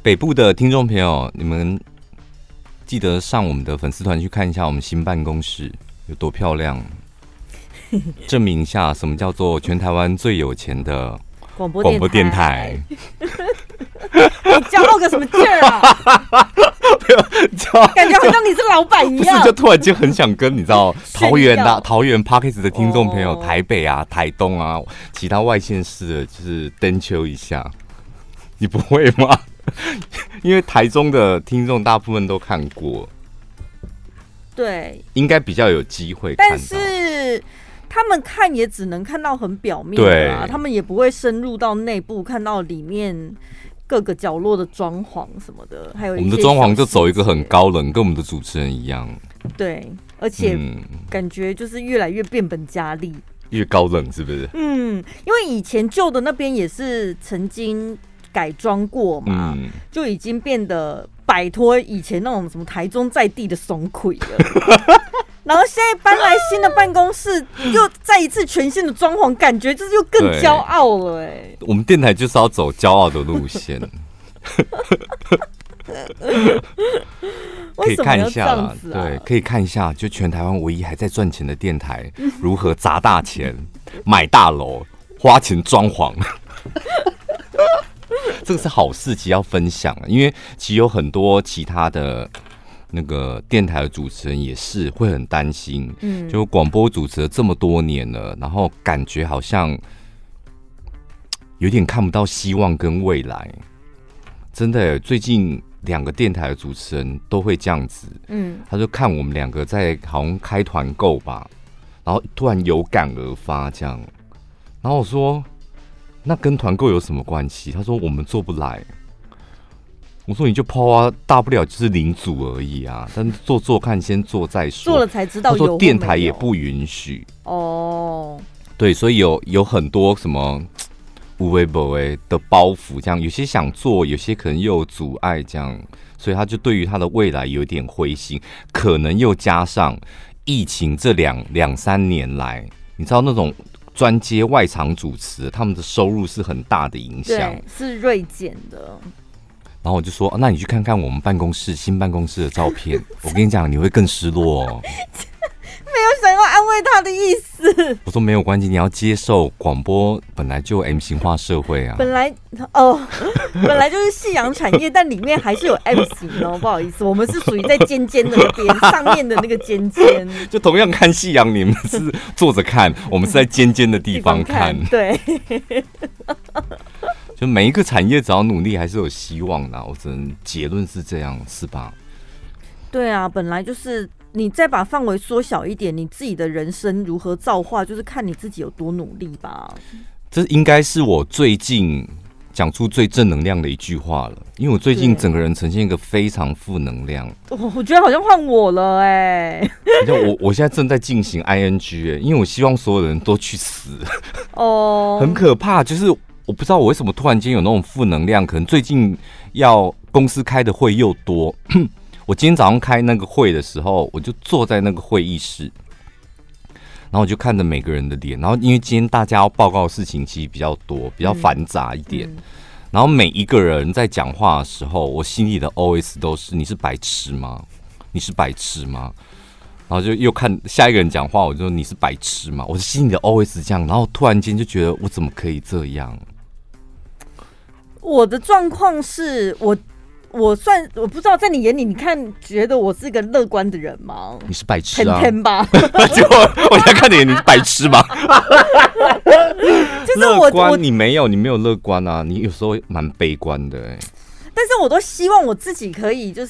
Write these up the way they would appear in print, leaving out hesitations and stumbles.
北部的听众朋友，你们记得上我们的粉丝团去看一下我们新办公室有多漂亮，证明一下什么叫做全台湾最有钱的广播电台。 你骄傲个什么劲儿啊？感觉好像你是老板一样。 不是，就突然间很想跟你知道桃园 Podcast 的听众朋友，台北啊、台东啊、其他外县市的，就是登秋一下。你不会吗？因为台中的听众大部分都看过， 对， 应该比较有机会看到。 但是他们看也只能看到很表面的啊，他们也不会深入到内部看到里面各个角落的装潢什么的，还有一些我们的装潢就走一个很高冷，跟我们的主持人一样。 对，而且感觉就是越来越变本加厉， 越高冷是不是？ 因为以前旧的那边也是曾经改装过嘛，就已经变得摆脱以前那种什么台中在地的怂溃了。然后现在搬来新的办公室，又再一次全新的装潢，感觉就是又更骄傲了我们电台就是要走骄傲的路线。可以看一下啦，对，可以看一下，就全台湾唯一还在赚钱的电台，如何砸大钱买大楼，花钱装潢。这个是好事，其实要分享，因为其实有很多其他的那个电台的主持人也是会很担心，就广播主持了这么多年了，然后感觉好像有点看不到希望跟未来。真的耶，最近2个电台的主持人都会这样子，他就看我们2个在好像开团购吧，然后突然有感而发这样，然后我说那跟团购有什么关系？他说我们做不来。我说你就抛啊，大不了就是领组而已啊，但做看，先做再说。 做了才知道有。 他说电台也不允许哦。对，所以有很多什么无为不为的包袱，这样有些想做，有些可能又有阻碍，这样，所以他就对于他的未来有点灰心，可能又加上疫情这两三年来，你知道那种专接外场主持，他们的收入是很大的影响， 对，是锐减的。 然后我就说，那你去看看我们新办公室的照片，我跟你讲，你会更失落哦。 没有想要安慰他的意思。 我说没有关系，你要接受广播本来就 M 型化社会啊。 本来就是夕阳产业，但里面还是有 M 型哦。不好意思，我们是属于在尖尖的那边，上面的那个尖尖。 就同样看夕阳，你们是坐着看，我们是在尖尖的地方看。 对。 就每一个产业只要努力还是有希望的，我只能结论是这样，是吧？ 对啊，本来就是你再把范围缩小一点，你自己的人生如何造化，就是看你自己有多努力吧。 这应该是我最近讲出最正能量的一句话了，因为我最近整个人呈现一个非常负能量。 我觉得好像换我了我现在正在进行 ING 因为我希望所有人都去死。很可怕，就是。我不知道我为什么突然间有那种负能量，可能最近要公司开的会又多。我今天早上开那个会的时候，我就坐在那个会议室，然后我就看着每个人的脸，然后因为今天大家要报告的事情其实比较多，比较繁杂一点，然后每一个人在讲话的时候，我心里的 OS 都是：你是白痴吗？你是白痴吗？然后就又看下一个人讲话，我就说你是白痴吗？我心里的 OS 这样，然后突然间就觉得我怎么可以这样？ 我的状况是我不知道在你眼里，你看觉得我是一个乐观的人吗？ 你是白痴啊！ 天吧！ 结果我现在看你眼里是白痴吗？ 就是乐观，你没有乐观啊！你有时候蛮悲观的但是我都希望我自己可以就是。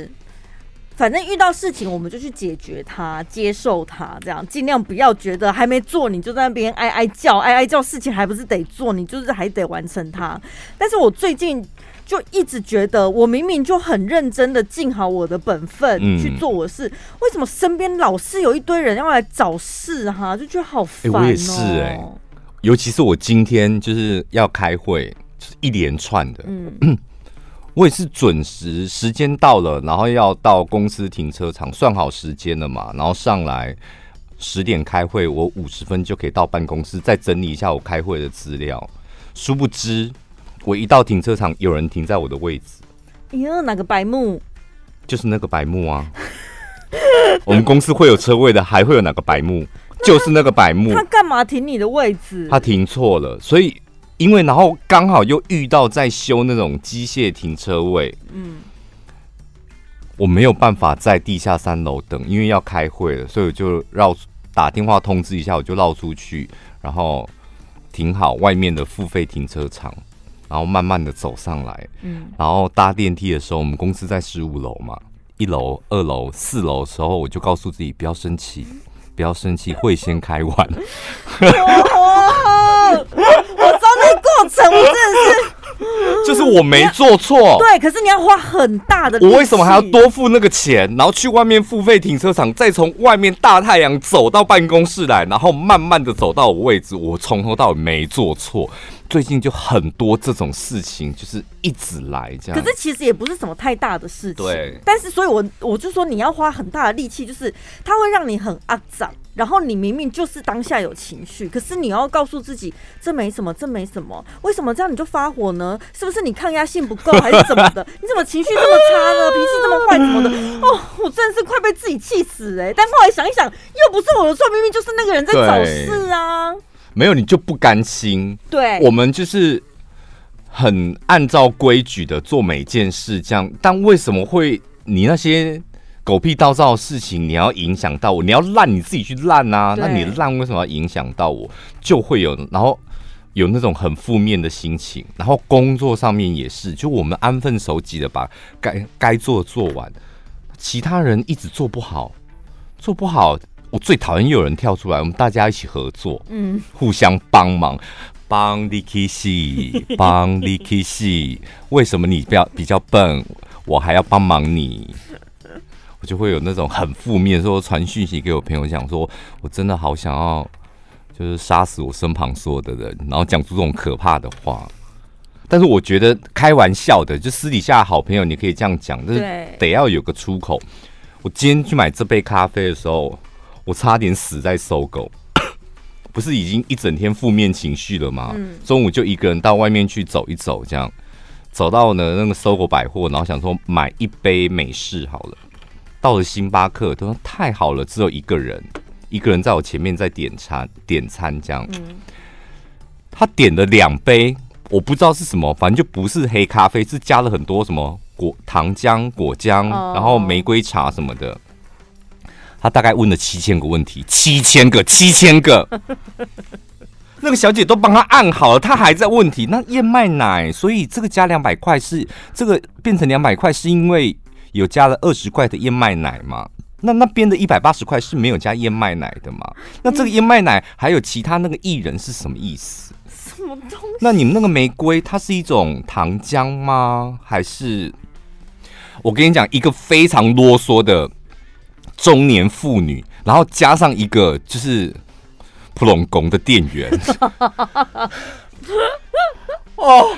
反正遇到事情我们就去解决它，接受它，这样尽量不要觉得还没做你就在那边哀哀叫，事情还不是得做，你就是还得完成它。但是我最近就一直觉得，我明明就很认真的尽好我的本分去做我的事，为什么身边老是有一堆人要来找事哈？就觉得好烦我也是尤其是我今天就是要开会，就是一连串的，我也是准时间到了，然后要到公司停车场，算好时间了嘛，然后上来10点开会，我50分就可以到办公室，再整理一下我开会的资料。殊不知，我一到停车场，有人停在我的位置， 哪个白目？ 就是那个白目啊！我们公司会有车位的，还会有哪个白目？就是那个白目。 他干嘛停你的位置？ 他停错了，所以然后刚好又遇到在修那种机械停车位，我没有办法在地下3楼等，因为要开会了，所以我就打电话通知一下，我就绕出去，然后停好外面的付费停车场。然后慢慢的走上来，然后搭电梯的时候，我们公司在15楼嘛，1楼、2楼、4楼的时候，我就告诉自己不要生气，不要生气，会先开完。我知道那个过程，我真的是。 就是我没做错， 对，可是你要花很大的力气， 我为什么还要多付那个钱，然后去外面付费停车场，再从外面大太阳走到办公室来，然后慢慢的走到我位置，我从头到尾没做错。最近就很多这种事情，就是一直来这样。 可是其实也不是什么太大的事情， 对。 但是所以我就说你要花很大的力气，就是它会让你很肮脏。然后你明明就是当下有情绪，可是你要告诉自己这没什么，这没什么，为什么这样你就发火呢？是不是你抗压性不够，还是怎么的？你怎么情绪这么差呢？脾气这么坏，怎么的？哦，我真的是快被自己气死但后来想一想，又不是我的错，明明就是那个人在找事啊。 没有，你就不甘心。 对， 我们就是很按照规矩的做每件事，这样。但为什么会你那些狗屁倒灶的事情，你要影响到我？你要烂你自己去烂啊！那你烂为什么要影响到我？就会有，然后有那种很负面的心情。然后工作上面也是，就我们安分守己的把该做的做完，其他人一直做不好。我最讨厌有人跳出来，我们大家一起合作，互相帮忙，帮你去洗，帮你去洗。为什么你比较笨，我还要帮忙你？我就会有那种很负面，说传讯息给我朋友讲说，我真的好想要，就是杀死我身旁所有的人，然后讲出这种可怕的话。但是我觉得开玩笑的，就私底下好朋友你可以这样讲，但是得要有个出口。我今天去买这杯咖啡的时候，我差点死在SOGO，不是已经一整天负面情绪了吗？中午就一个人到外面去走一走，这样走到呢那个SOGO百货，然后想说买一杯美式好了。到了星巴克，他说太好了，只有一个人在我前面在点餐这样。他点了2杯，我不知道是什么，反正就不是黑咖啡，是加了很多什么糖浆、果浆，然后玫瑰茶什么的。他大概问了7000个问题，7000个。那个小姐都帮他按好了，他还在问题。那燕麦奶，所以这个加200块是这个变成200块，是因为有加了20块的燕麦奶吗？那边的180块是没有加燕麦奶的吗？那这个燕麦奶还有其他那个薏仁是什么意思？ 什么东西？ 那你们那个玫瑰，它是一种糖浆吗？还是我跟你讲，一个非常啰嗦的中年妇女，然后加上一个就是普隆宫的店员。哦，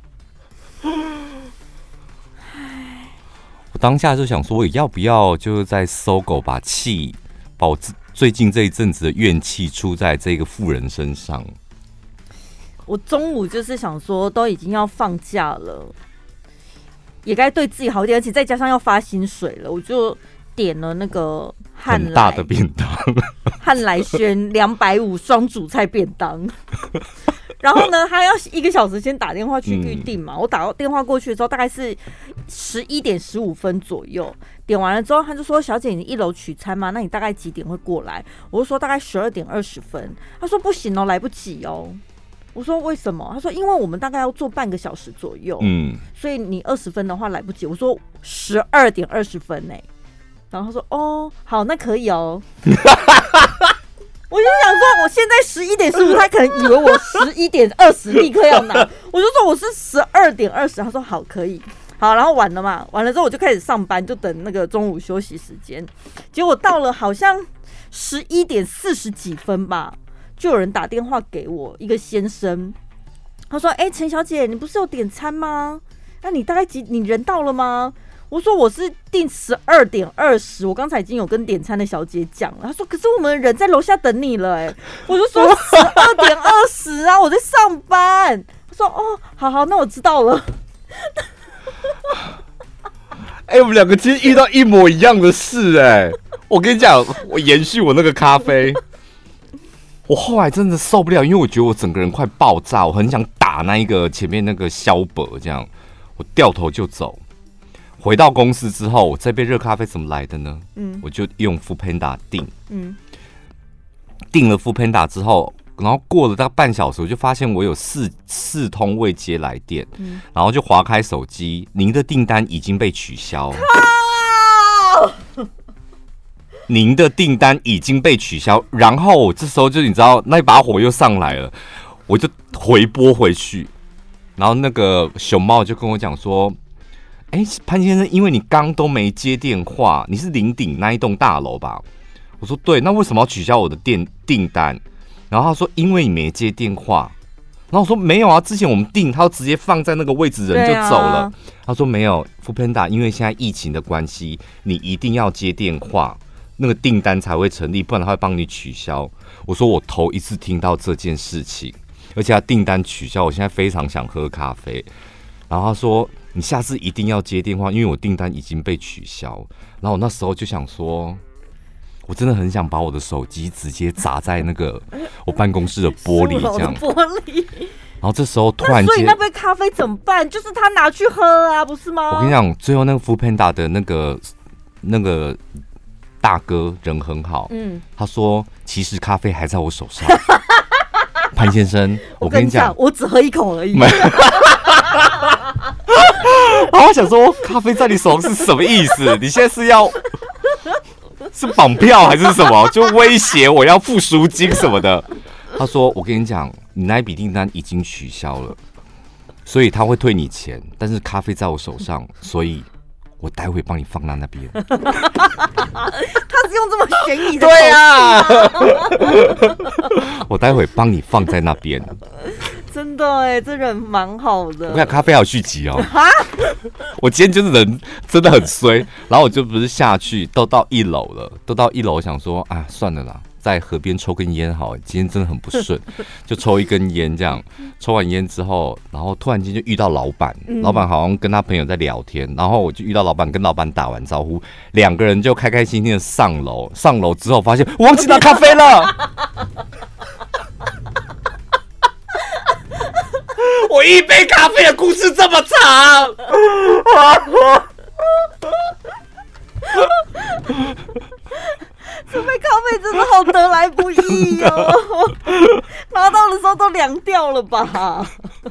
我当下就想说，我要不要就是在SOGO把我最近这一阵子的怨气出在这个妇人身上。 我中午就是想说，都已经要放假了，也该对自己好一点，而且再加上要发薪水了，我就点了那个汉来很大的便当， 汉来轩250双主菜便当。然后呢，他要1个小时先打电话去预定嘛。我打电话过去的时候，大概是11点15分左右。点完了之后，他就说：“小姐，你1楼取餐吗？那你大概几点会过来？”我就说：“大概12点20分。”他说：“不行哦，来不及哦。”我说：“为什么？”他说：“因为我们大概要做半个小时左右，所以你20分的话来不及。”我说：“12点20分呢。”然后他说：“哦，好，那可以哦。”我就想说，我现在11点15，他可能以为我11点20立刻要拿，我就说我是12点20。他说好，可以，好，然后完了嘛，完了之后我就开始上班，就等那个中午休息时间。结果到了好像11点40几分吧，就有人打电话给我，一个先生，他说：“陈小姐，你不是有点餐吗？那你大概你人到了吗？”我说我是订12点20，我刚才已经有跟点餐的小姐讲了。她说可是我们人在楼下等你了我就说12点20啊，我在上班。她说哦，好，那我知道了。 我们两个今天遇到一模一样的事我跟你讲，我延续我那个咖啡，我后来真的受不了，因为我觉得我整个人快爆炸，我很想打那一个前面那个小伯，这样我掉头就走。回到公司之后，我这杯热咖啡怎么来的呢？我就用 Foodpanda 订，订了 Foodpanda 之后，然后过了大概半小时，我就发现我有四通未接来电，然后就滑开手机，您的订单已经被取消。您的订单已经被取消，然后我这时候就你知道那把火又上来了，我就回拨回去，然后那个熊猫就跟我讲说。潘先生，因为你刚都没接电话，你是林顶那一栋大楼吧？我说对，那为什么要取消我的订单？然后他说因为你没接电话。然后我说没有啊，之前我们订，他直接放在那个位置，人就走了。他说没有 ，Foodpanda 因为现在疫情的关系，你一定要接电话，那个订单才会成立，不然他会帮你取消。我说我头一次听到这件事情，而且他订单取消，我现在非常想喝咖啡。然后他说。你下次一定要接电话，因为我订单已经被取消。然后我那时候就想说，我真的很想把我的手机直接砸在那个我办公室的玻璃这样。玻璃。然后这时候突然间， 所以那杯咖啡怎么办？就是他拿去喝啊，不是吗？ 我跟你讲，最后那个 Foodpanda 的那个大哥人很好，他说其实咖啡还在我手上。潘先生，我跟你讲， 我只喝一口而已。 然后我想说，咖啡在你手上是什么意思？你现在是绑票还是什么？就威胁我要付赎金什么的。他说：“我跟你讲，你那一笔订单已经取消了，所以他会退你钱，但是咖啡在我手上，所以我待会帮你放到那边。” 他是用这么悬疑的对啊，我待会帮你放在那边。 真的这人蛮好的。 我看咖啡还有续集哦。我今天就是人真的很衰，然后我就不是下去都到一楼了，我想说啊，算了啦，在河边抽根烟好了，今天真的很不顺，就抽一根烟这样。抽完烟之后，然后突然间就遇到老板，老板好像跟他朋友在聊天，然后我就遇到老板，跟老板打完招呼，两个人就开开心心的上楼。上楼之后发现我忘记拿咖啡了。我一杯咖啡的故事这么长， 这杯咖啡真的好得来不易哦，拿到的时候都凉掉了吧？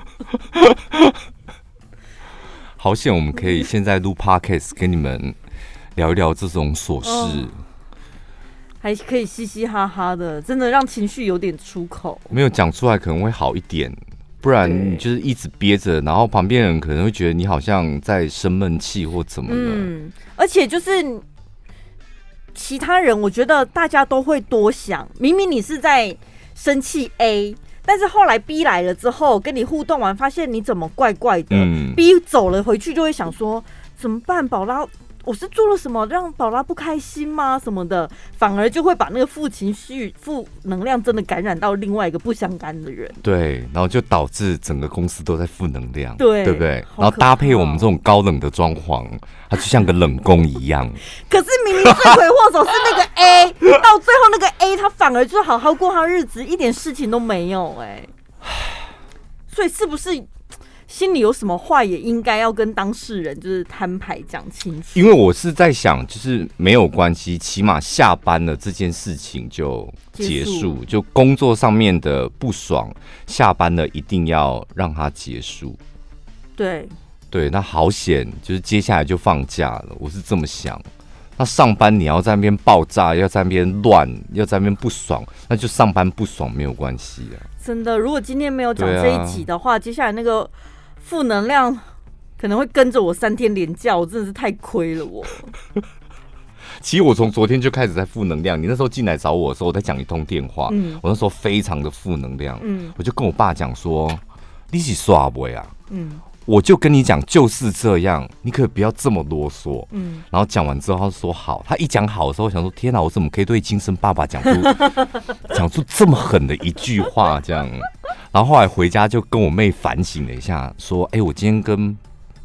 好险，我们可以现在录 podcast 跟你们聊一聊这种琐事， 还可以嘻嘻哈哈的，真的让情绪有点出口。 没有讲出来可能会好一点。不然你就是一直憋着，然后旁边人可能会觉得你好像在生闷气或怎么了。 而且就是其他人，我觉得大家都会多想。明明你是在生气 A， 但是后来 B 来了之后，跟你互动完，发现你怎么怪怪的。B 走了回去就会想说怎么办，宝拉。我是做了什么让宝拉不开心吗？什么的，反而就会把那个负情绪、负能量真的感染到另外一个不相干的人。 对，然后就导致整个公司都在负能量， 对不对？然后搭配我们这种高冷的装潢，它就像个冷宫一样。 可是明明罪魁祸首是那个 A， 到最后那个 A 他反而就好好过他日子，一点事情都没有所以是不是？心里有什么话也应该要跟当事人就是摊牌讲清楚。 因为我是在想，就是没有关系，起码下班了这件事情就结束，就工作上面的不爽，下班了一定要让它结束。 对， 那好险，就是接下来就放假了，我是这么想。那上班你要在那边爆炸，要在那边乱，要在那边不爽，那就上班不爽没有关系啊。 真的，如果今天没有讲这一集的话，接下来那个负能量可能会跟着我3天连假，我真的是太亏了我。 其实我从昨天就开始在负能量，你那时候进来找我的时候，我在讲一通电话，我那时候非常的负能量，我就跟我爸讲说，你是耍不啊？我就跟你讲就是这样，你可不要这么啰嗦。然后讲完之后，他说好。他一讲好的时候，我想说天哪，我怎么可以对亲生爸爸讲出这么狠的一句话？这样。然后后来回家就跟我妹反省了一下，说：我今天跟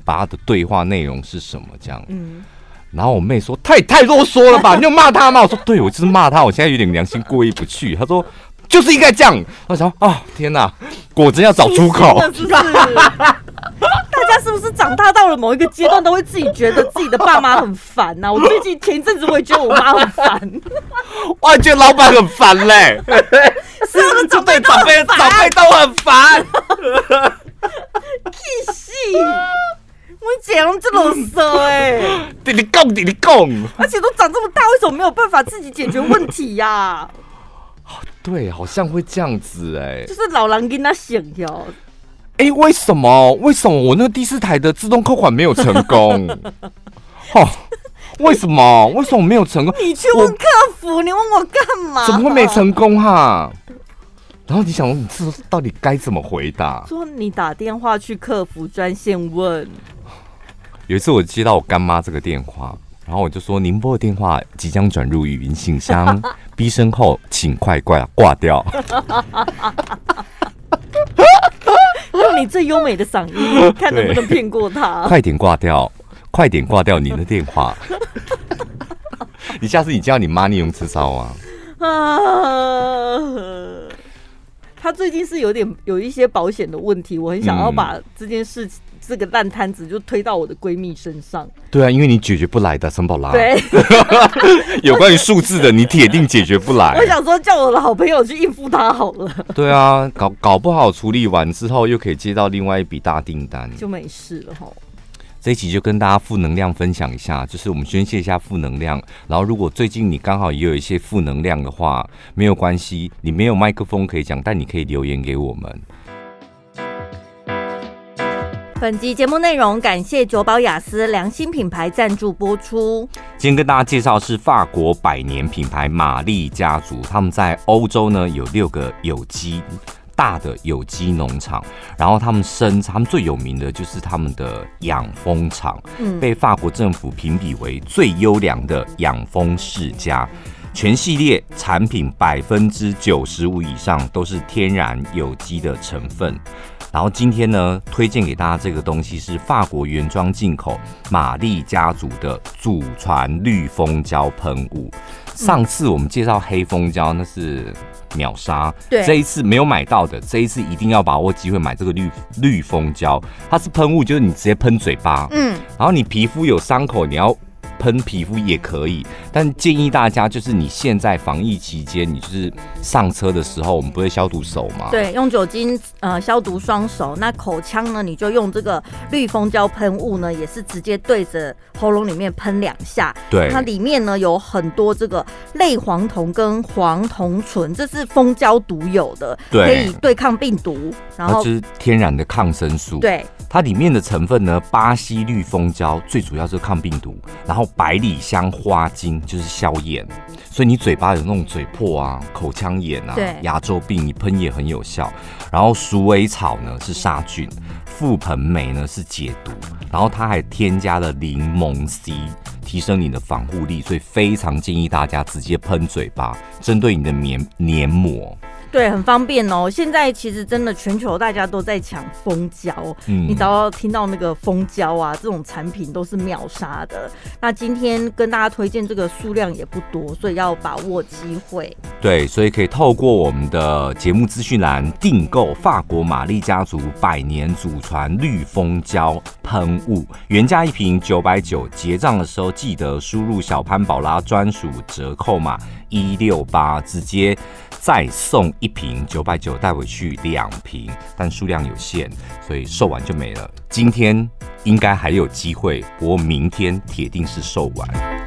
巴的对话内容是什么这样。然后我妹说太啰嗦了吧，你就骂他吗？我说对，我就是骂他，我现在有点良心过意不去。她说就是应该这样。我想天哪，果真要找出口。 大家是不是长大到了某一个阶段，都会自己觉得自己的爸妈很烦呐？我最近前一阵子我也觉得我妈很烦， 我也觉得老板很烦嘞， 所有的长辈都很烦。 气死！我讲这种色你讲， 而且都长这么大，为什么没有办法自己解决问题呀？ 对，好像会这样子就是老人跟他想哟。 为什么我那个第4台的自动扣款没有成功？为什么没有成功？ 你去问客服，你问我干嘛？ 怎么会没成功哈？然后你想说，你这到底该怎么回答？ 说你打电话去客服专线问。 有一次我接到我干妈这个电话，然后我就说您拨的电话即将转入语音信箱，逼声后请快挂掉。 用你最优美的嗓音，看能不能骗过他。 快点挂掉你的电话。你下次你叫你妈，你用这招啊？ 他最近是有一些保险的问题，我很想要把这件事情。这个烂摊子就推到我的闺蜜身上。对啊，因为你解决不来的，沈宝拉。 对， 有关于数字的，你铁定解决不来。 我想说，叫我的好朋友去应付他好了。 对啊，搞不好处理完之后，又可以接到另外一笔大订单， 就没事了吼。 这一期就跟大家负能量分享一下，就是我们宣泄一下负能量。然后，如果最近你刚好也有一些负能量的话，没有关系，你没有麦克风可以讲，但你可以留言给我们。 本集节目内容感谢久保雅思良心品牌赞助播出。 今天跟大家介绍的是法国100年品牌玛丽家族，他们在欧洲呢有6个大的有机农场，然后他们最有名的就是他们的养蜂场，被法国政府评比为最优良的养蜂世家。全系列产品95%以上都是天然有机的成分。然后今天呢，推荐给大家这个东西是法国原装进口玛丽家族的祖传绿蜂胶喷雾。上次我们介绍黑蜂胶，那是秒杀。这一次没有买到的，这一次一定要把握机会买这个绿蜂胶。它是喷雾，就是你直接喷嘴巴，然后你皮肤有伤口，你要喷皮肤也可以，但建议大家就是你现在防疫期间，你就是上车的时候，我们不会消毒手吗？ 对，用酒精消毒双手。那口腔呢，你就用这个绿蜂胶喷雾呢，也是直接对着喉咙里面喷2下。 对， 它里面呢有很多这个类黄酮跟黄酮醇，这是蜂胶独有的，可以对抗病毒。然后就是天然的抗生素。 对。 它里面的成分呢，巴西绿蜂胶最主要就是抗病毒，然后百里香花精就是消炎，所以你嘴巴有那种嘴破啊、口腔炎啊、牙周病，你喷也很有效。然后鼠尾草呢是杀菌，覆盆莓呢是解毒，然后它还添加了柠檬 C， 提升你的防护力，所以非常建议大家直接喷嘴巴，针对你的黏膜。 对，很方便哦。现在其实真的全球大家都在抢蜂胶，你只要听到那个蜂胶啊，这种产品都是秒杀的。那今天跟大家推荐这个数量也不多，所以要把握机会。 对，所以可以透过我们的节目资讯栏订购法国玛丽家族100年祖传绿蜂胶喷雾，原价1瓶990，结账的时候记得输入小潘宝拉专属折扣码168，直接再送1瓶990带回去2瓶，但数量有限，所以售完就没了。今天应该还有机会，不过明天铁定是售完。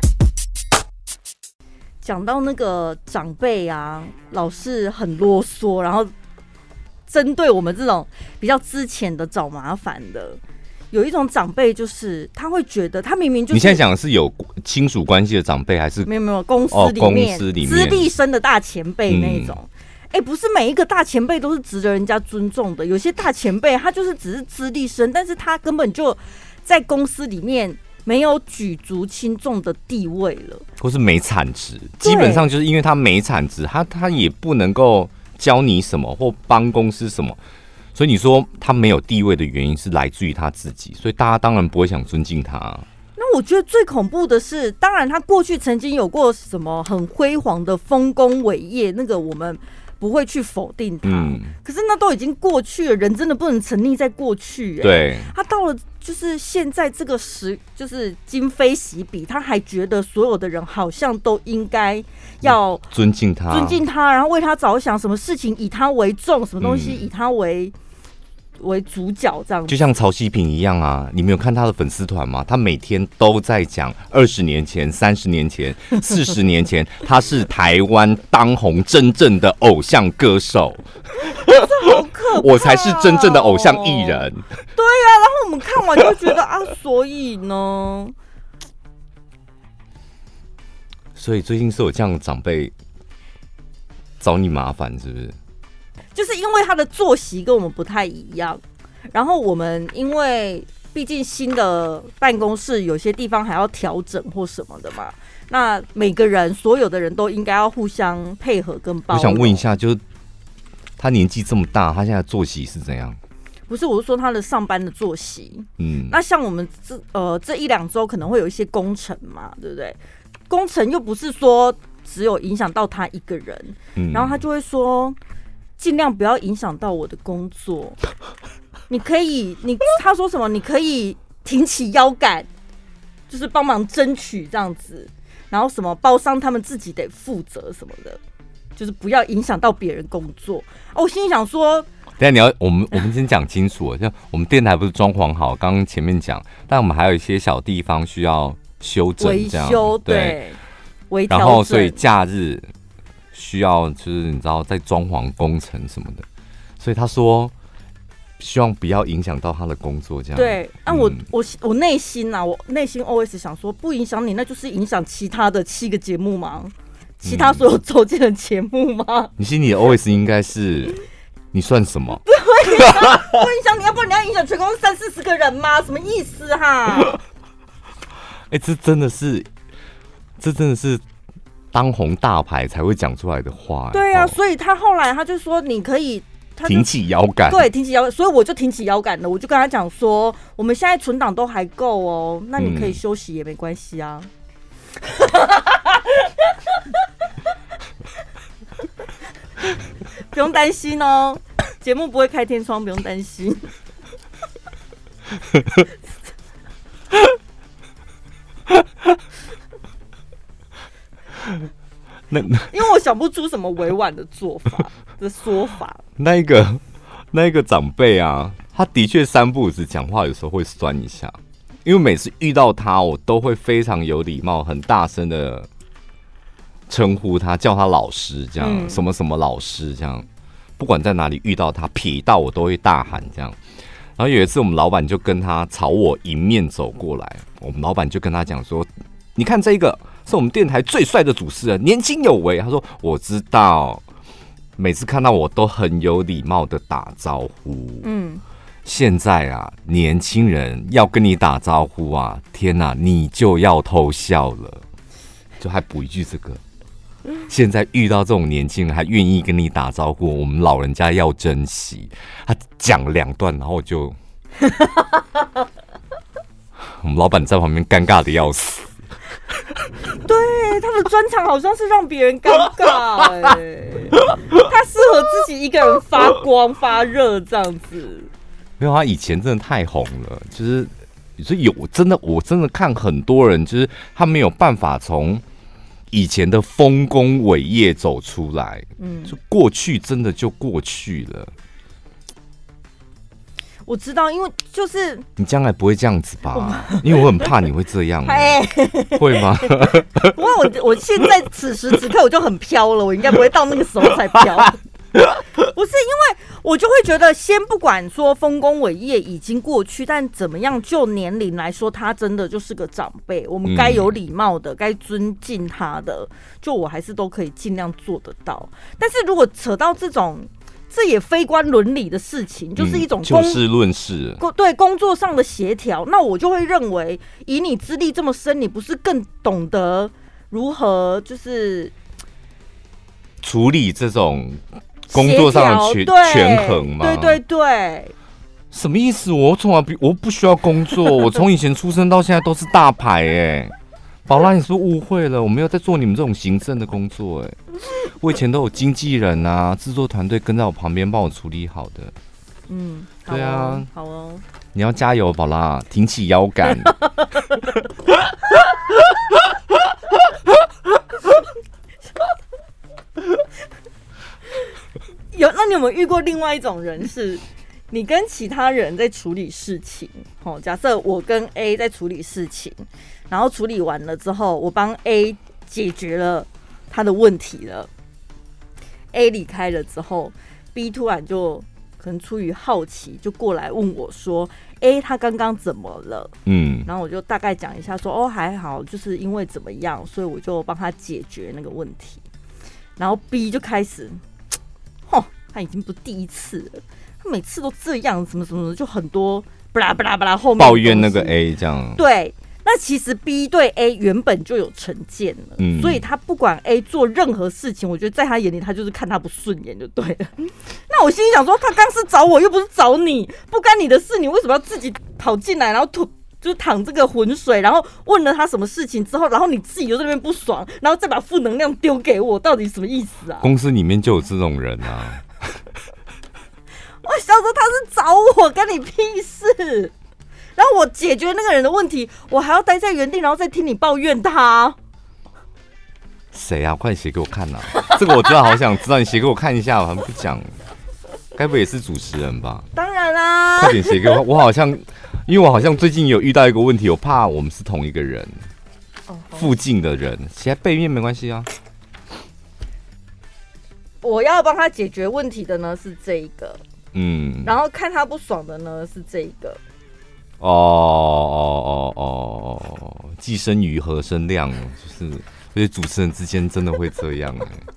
讲到那个长辈啊，老是很啰嗦，然后针对我们这种比较之前的找麻烦的。有一种长辈，就是他会觉得他明明就是， 你现在讲的是有亲属关系的长辈，还是没有公司里面资历深的大前辈那一种？不是每一个大前辈都是值得人家尊重的。有些大前辈他就是只是资历深，但是他根本就在公司里面没有举足轻重的地位了， 或是没产值。基本上就是因为他没产值，他也不能够教你什么或帮公司什么。 所以你说他没有地位的原因是来自于他自己，所以大家当然不会想尊敬他。 那我觉得最恐怖的是，当然他过去曾经有过什么很辉煌的丰功伟业，那个我们不会去否定他。可是那都已经过去了，人真的不能沉溺在过去。 对， 他到了就是现在这个就是今非昔比，他还觉得所有的人好像都应该要尊敬他， 然后为他着想，什么事情以他为重，什么东西以他为主角，这样子。 就像曹希平一样啊，你没有看他的粉丝团吗？他每天都在讲20年前、30年前、40年前，他是台湾当红真正的偶像歌手。 这好可怕！ 我才是真正的偶像艺人。 对啊，然后我们看完就觉得啊，所以呢， 所以最近是有这样的长辈找你麻烦，是不是？ 就是因为他的作息跟我们不太一样，然后我们因为毕竟新的办公室有些地方还要调整或什么的嘛，那每个人所有的人都应该要互相配合跟包容。 我想问一下，就是他年纪这么大，他现在作息是怎样？ 不是，我是说他的上班的作息。那像我们这1-2周可能会有一些工程嘛，对不对？工程又不是说只有影响到他一个人，然后他就会说尽量不要影响到我的工作。他说什么？你可以挺起腰杆，就是帮忙争取这样子，然后什么包商他们自己得负责什么的，就是不要影响到别人工作。我心里想说， 等一下我们先讲清楚，像我们电台不是装潢好，刚刚前面讲，但我们还有一些小地方需要修整， 维修，对，微调整。 然后所以假日需要就是你知道在装潢工程什么的，所以他说希望不要影响到他的工作，这样。 对，我内心啊，我内心 OS 想说，不影响你，那就是影响其他的7个节目吗？其他所有周间的节目吗？ 你心里的 OS 应该是你算什么？ 不影响你，要不然你要影响全公司30-40个人吗？什么意思哈？ 这真的是当红大牌才会讲出来的话。 对啊，所以他后来他就说你可以挺起腰杆， 对，挺起腰杆，所以我就挺起腰杆了。我就跟他讲说，我们现在存档都还够哦，那你可以休息也没关系啊。不用担心哦，节目不会开天窗，不用担心。因为我想不出什么委婉的说法。 那一个长辈啊，他的确3不5时讲话有时候会酸一下，因为每次遇到他，我都会非常有礼貌、很大声的称呼他，叫他老师，这样、什么什么老师这样。不管在哪里遇到他，瞥到我都会大喊这样。然后有一次，我们老板就跟他朝我迎面走过来，我们老板就跟他讲说：“你看这个是我们电台最帅的主持人，年轻有为。”他说：“我知道，每次看到我都很有礼貌的打招呼。现在啊，年轻人要跟你打招呼啊，天哪，你就要偷笑了。”就还补一句这个。现在遇到这种年轻人还愿意跟你打招呼，我们老人家要珍惜。他讲2段，然后就我们老板在旁边尴尬的要死。 对，他的专长好像是让别人尴尬，他适合自己一个人发光发热这样子。 没有，他以前真的太红了，就是所以我真的看很多人，就是他没有办法从以前的丰功伟业走出来，就过去真的就过去了。 我知道，因为就是你将来不会这样子吧？因为我很怕你会这样，会吗？ 不过我现在此时此刻我就很飘了，我应该不会到那个时候才飘。不是，因为我就会觉得，先不管说丰功伟业已经过去，但怎么样，就年龄来说，他真的就是个长辈，我们该有礼貌的，该尊敬他的，就我还是都可以尽量做得到。但是如果扯到这种，这也非关伦理的事情，就是一种就事论事， 对工作上的协调，那我就会认为，以你资历这么深，你不是更懂得如何就是处理这种工作上的权衡嘛。 对对对。 什么意思？我不需要工作，我从以前出生到现在都是大牌宝拉，你是不是误会了？我没有在做你们这种行政的工作我以前都有经纪人啊、制作团队跟在我旁边帮我处理好的。 对啊， 好哦， 你要加油，宝拉，挺起腰杆。 那你有没有遇过另外一种人是？你跟其他人在处理事情，假设我跟 A 在处理事情，然后处理完了之后，我帮 A 解决了他的问题了。A 离开了之后 ，B 突然就可能出于好奇，就过来问我说：“他刚刚怎么了？”然后我就大概讲一下说：“还好，就是因为怎么样，所以我就帮他解决那个问题。”然后 B 就开始，他已经不是第一次了。他每次都这样，什么什么的，就很多巴拉巴拉巴拉，后面抱怨那个 A 这样。 对，那其实 B 对 A 原本就有成见了，所以他不管 A 做任何事情，我觉得在他眼里，他就是看他不顺眼就对了。那我心里想说，他刚是找我，又不是找你，不干你的事，你为什么要自己跑进来，然后就是淌这个浑水，然后问了他什么事情之后，然后你自己就在那边不爽，然后再把负能量丢给我，到底什么意思啊？ 公司里面就有这种人啊。 我想说他是找我，跟你屁事。然后我解决那个人的问题，我还要待在原地，然后再听你抱怨他。 谁啊？快点写给我看啊！这个我真的好想知道，你写给我看一下，我还不讲。该不会也是主持人吧？ 当然啦、 快点写给我。我好像最近有遇到一个问题，我怕我们是同一个人，附近的人，写在背面没关系啊。 我要帮他解决问题的呢是这一个。然后看他不爽的呢是这个。 既生瑜何生亮，就是所以主持人之间真的会这样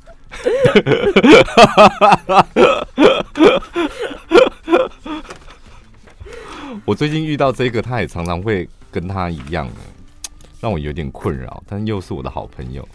我最近遇到这个，他也常常会跟他一样让我有点困扰，但又是我的好朋友。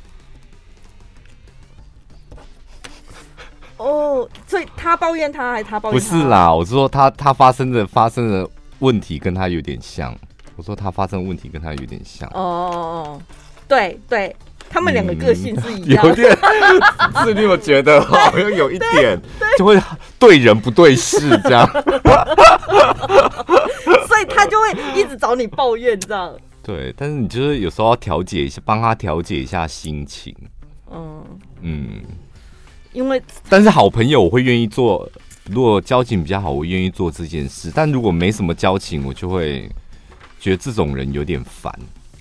所以他抱怨他，还是他抱怨他？ 不是啦，我是说他发生的问题跟他有点像。我说他发生的问题跟他有点像。 对对，他们两个个性是一样的。 有点，是你有觉得好像有一点，就会对人不对事这样。 所以他就会一直找你抱怨这样。 对，但是你就是有时候要调节一下，帮他调节一下心情。 因为但是好朋友我会愿意做，如果交情比较好，我愿意做这件事。但如果没什么交情，我就会觉得这种人有点烦。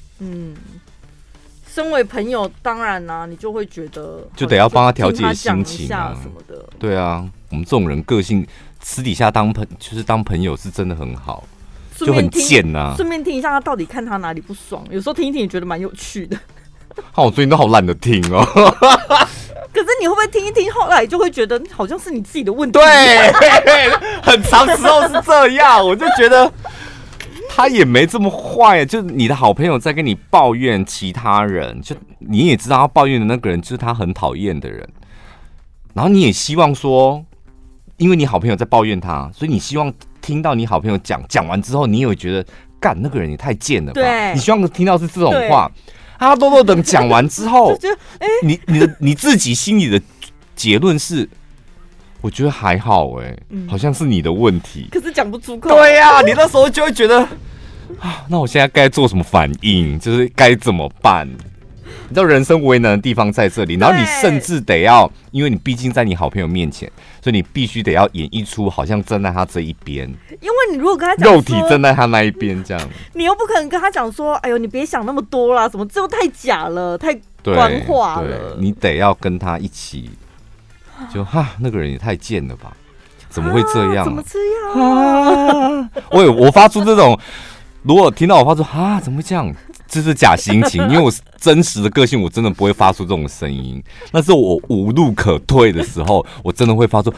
身为朋友，当然啦、你就会觉得就得要帮他调节心情啊什么的。 对啊，我们这种人个性，私底下当朋友是真的很好，就很贱呐。 顺便听一下他到底看他哪里不爽，有时候听一听也觉得蛮有趣的。 我最近都好懒得听哦。 可是你会不会听一听，后来就会觉得好像是你自己的问题？ 对，很长时候是这样，我就觉得他也没这么坏。就是你的好朋友在跟你抱怨其他人，就你也知道他抱怨的那个人就是他很讨厌的人，然后你也希望说，因为你好朋友在抱怨他，所以你希望听到你好朋友讲完之后，你也会觉得干那个人也太贱了吧？ 对， 你希望听到是这种话。他多等讲完之后，你自己心里的结论是，我觉得还好好像是你的问题， 可是讲不出口。 对呀，你那时候就会觉得那我现在该做什么反应？就是该怎么办？你知道人生为难的地方在这里，然后你甚至得要，因为你毕竟在你好朋友面前，所以你必须得要演绎出好像站在他这一边。 因为你如果跟他讲肉体站在他那一边，这样你又不可能跟他讲说，哎呦，你别想那么多啦，什么这又太假了，太官话了。 你得要跟他一起，就那个人也太贱了吧？怎么会这样？ 怎么这样？ 我发出这种。如果听到我发出怎么会这样？这是假心情，因为我真实的个性，我真的不会发出这种声音。那是我无路可退的时候，我真的会发出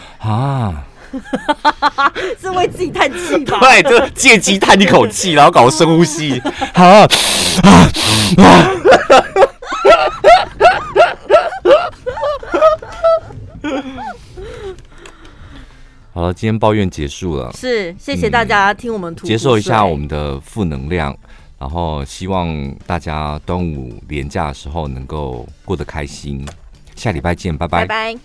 是为自己叹气吧？ 对，就借机叹一口气，然后搞深呼吸。 今天抱怨结束了， 是谢谢大家听我们吐接受一下我们的负能量，然后希望大家端午连假的时候能够过得开心。下礼拜见，拜拜。 拜拜。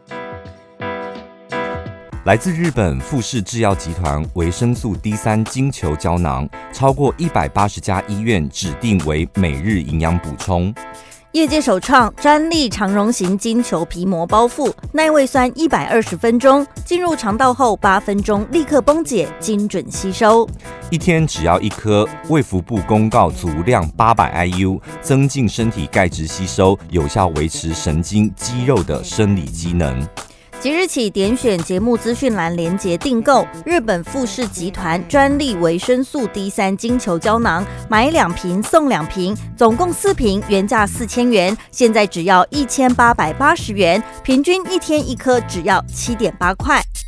来自日本富士制药集团维生素 D3 金球胶囊，超过180家医院指定为每日营养补充。 业界首创专利长绒型金球皮膜包覆，耐胃酸120分钟，进入肠道后8分钟立刻崩解，精准吸收。 一天只要1颗，卫福部公告足量800 IU， 增进身体钙质吸收，有效维持神经肌肉的生理机能。 即日起点选节目资讯栏连结订购日本富士集团专利维生素 D3 金球胶囊，买2瓶送2瓶，总共4瓶，原价4000元，现在只要1880元，平均一天1颗只要7.8块。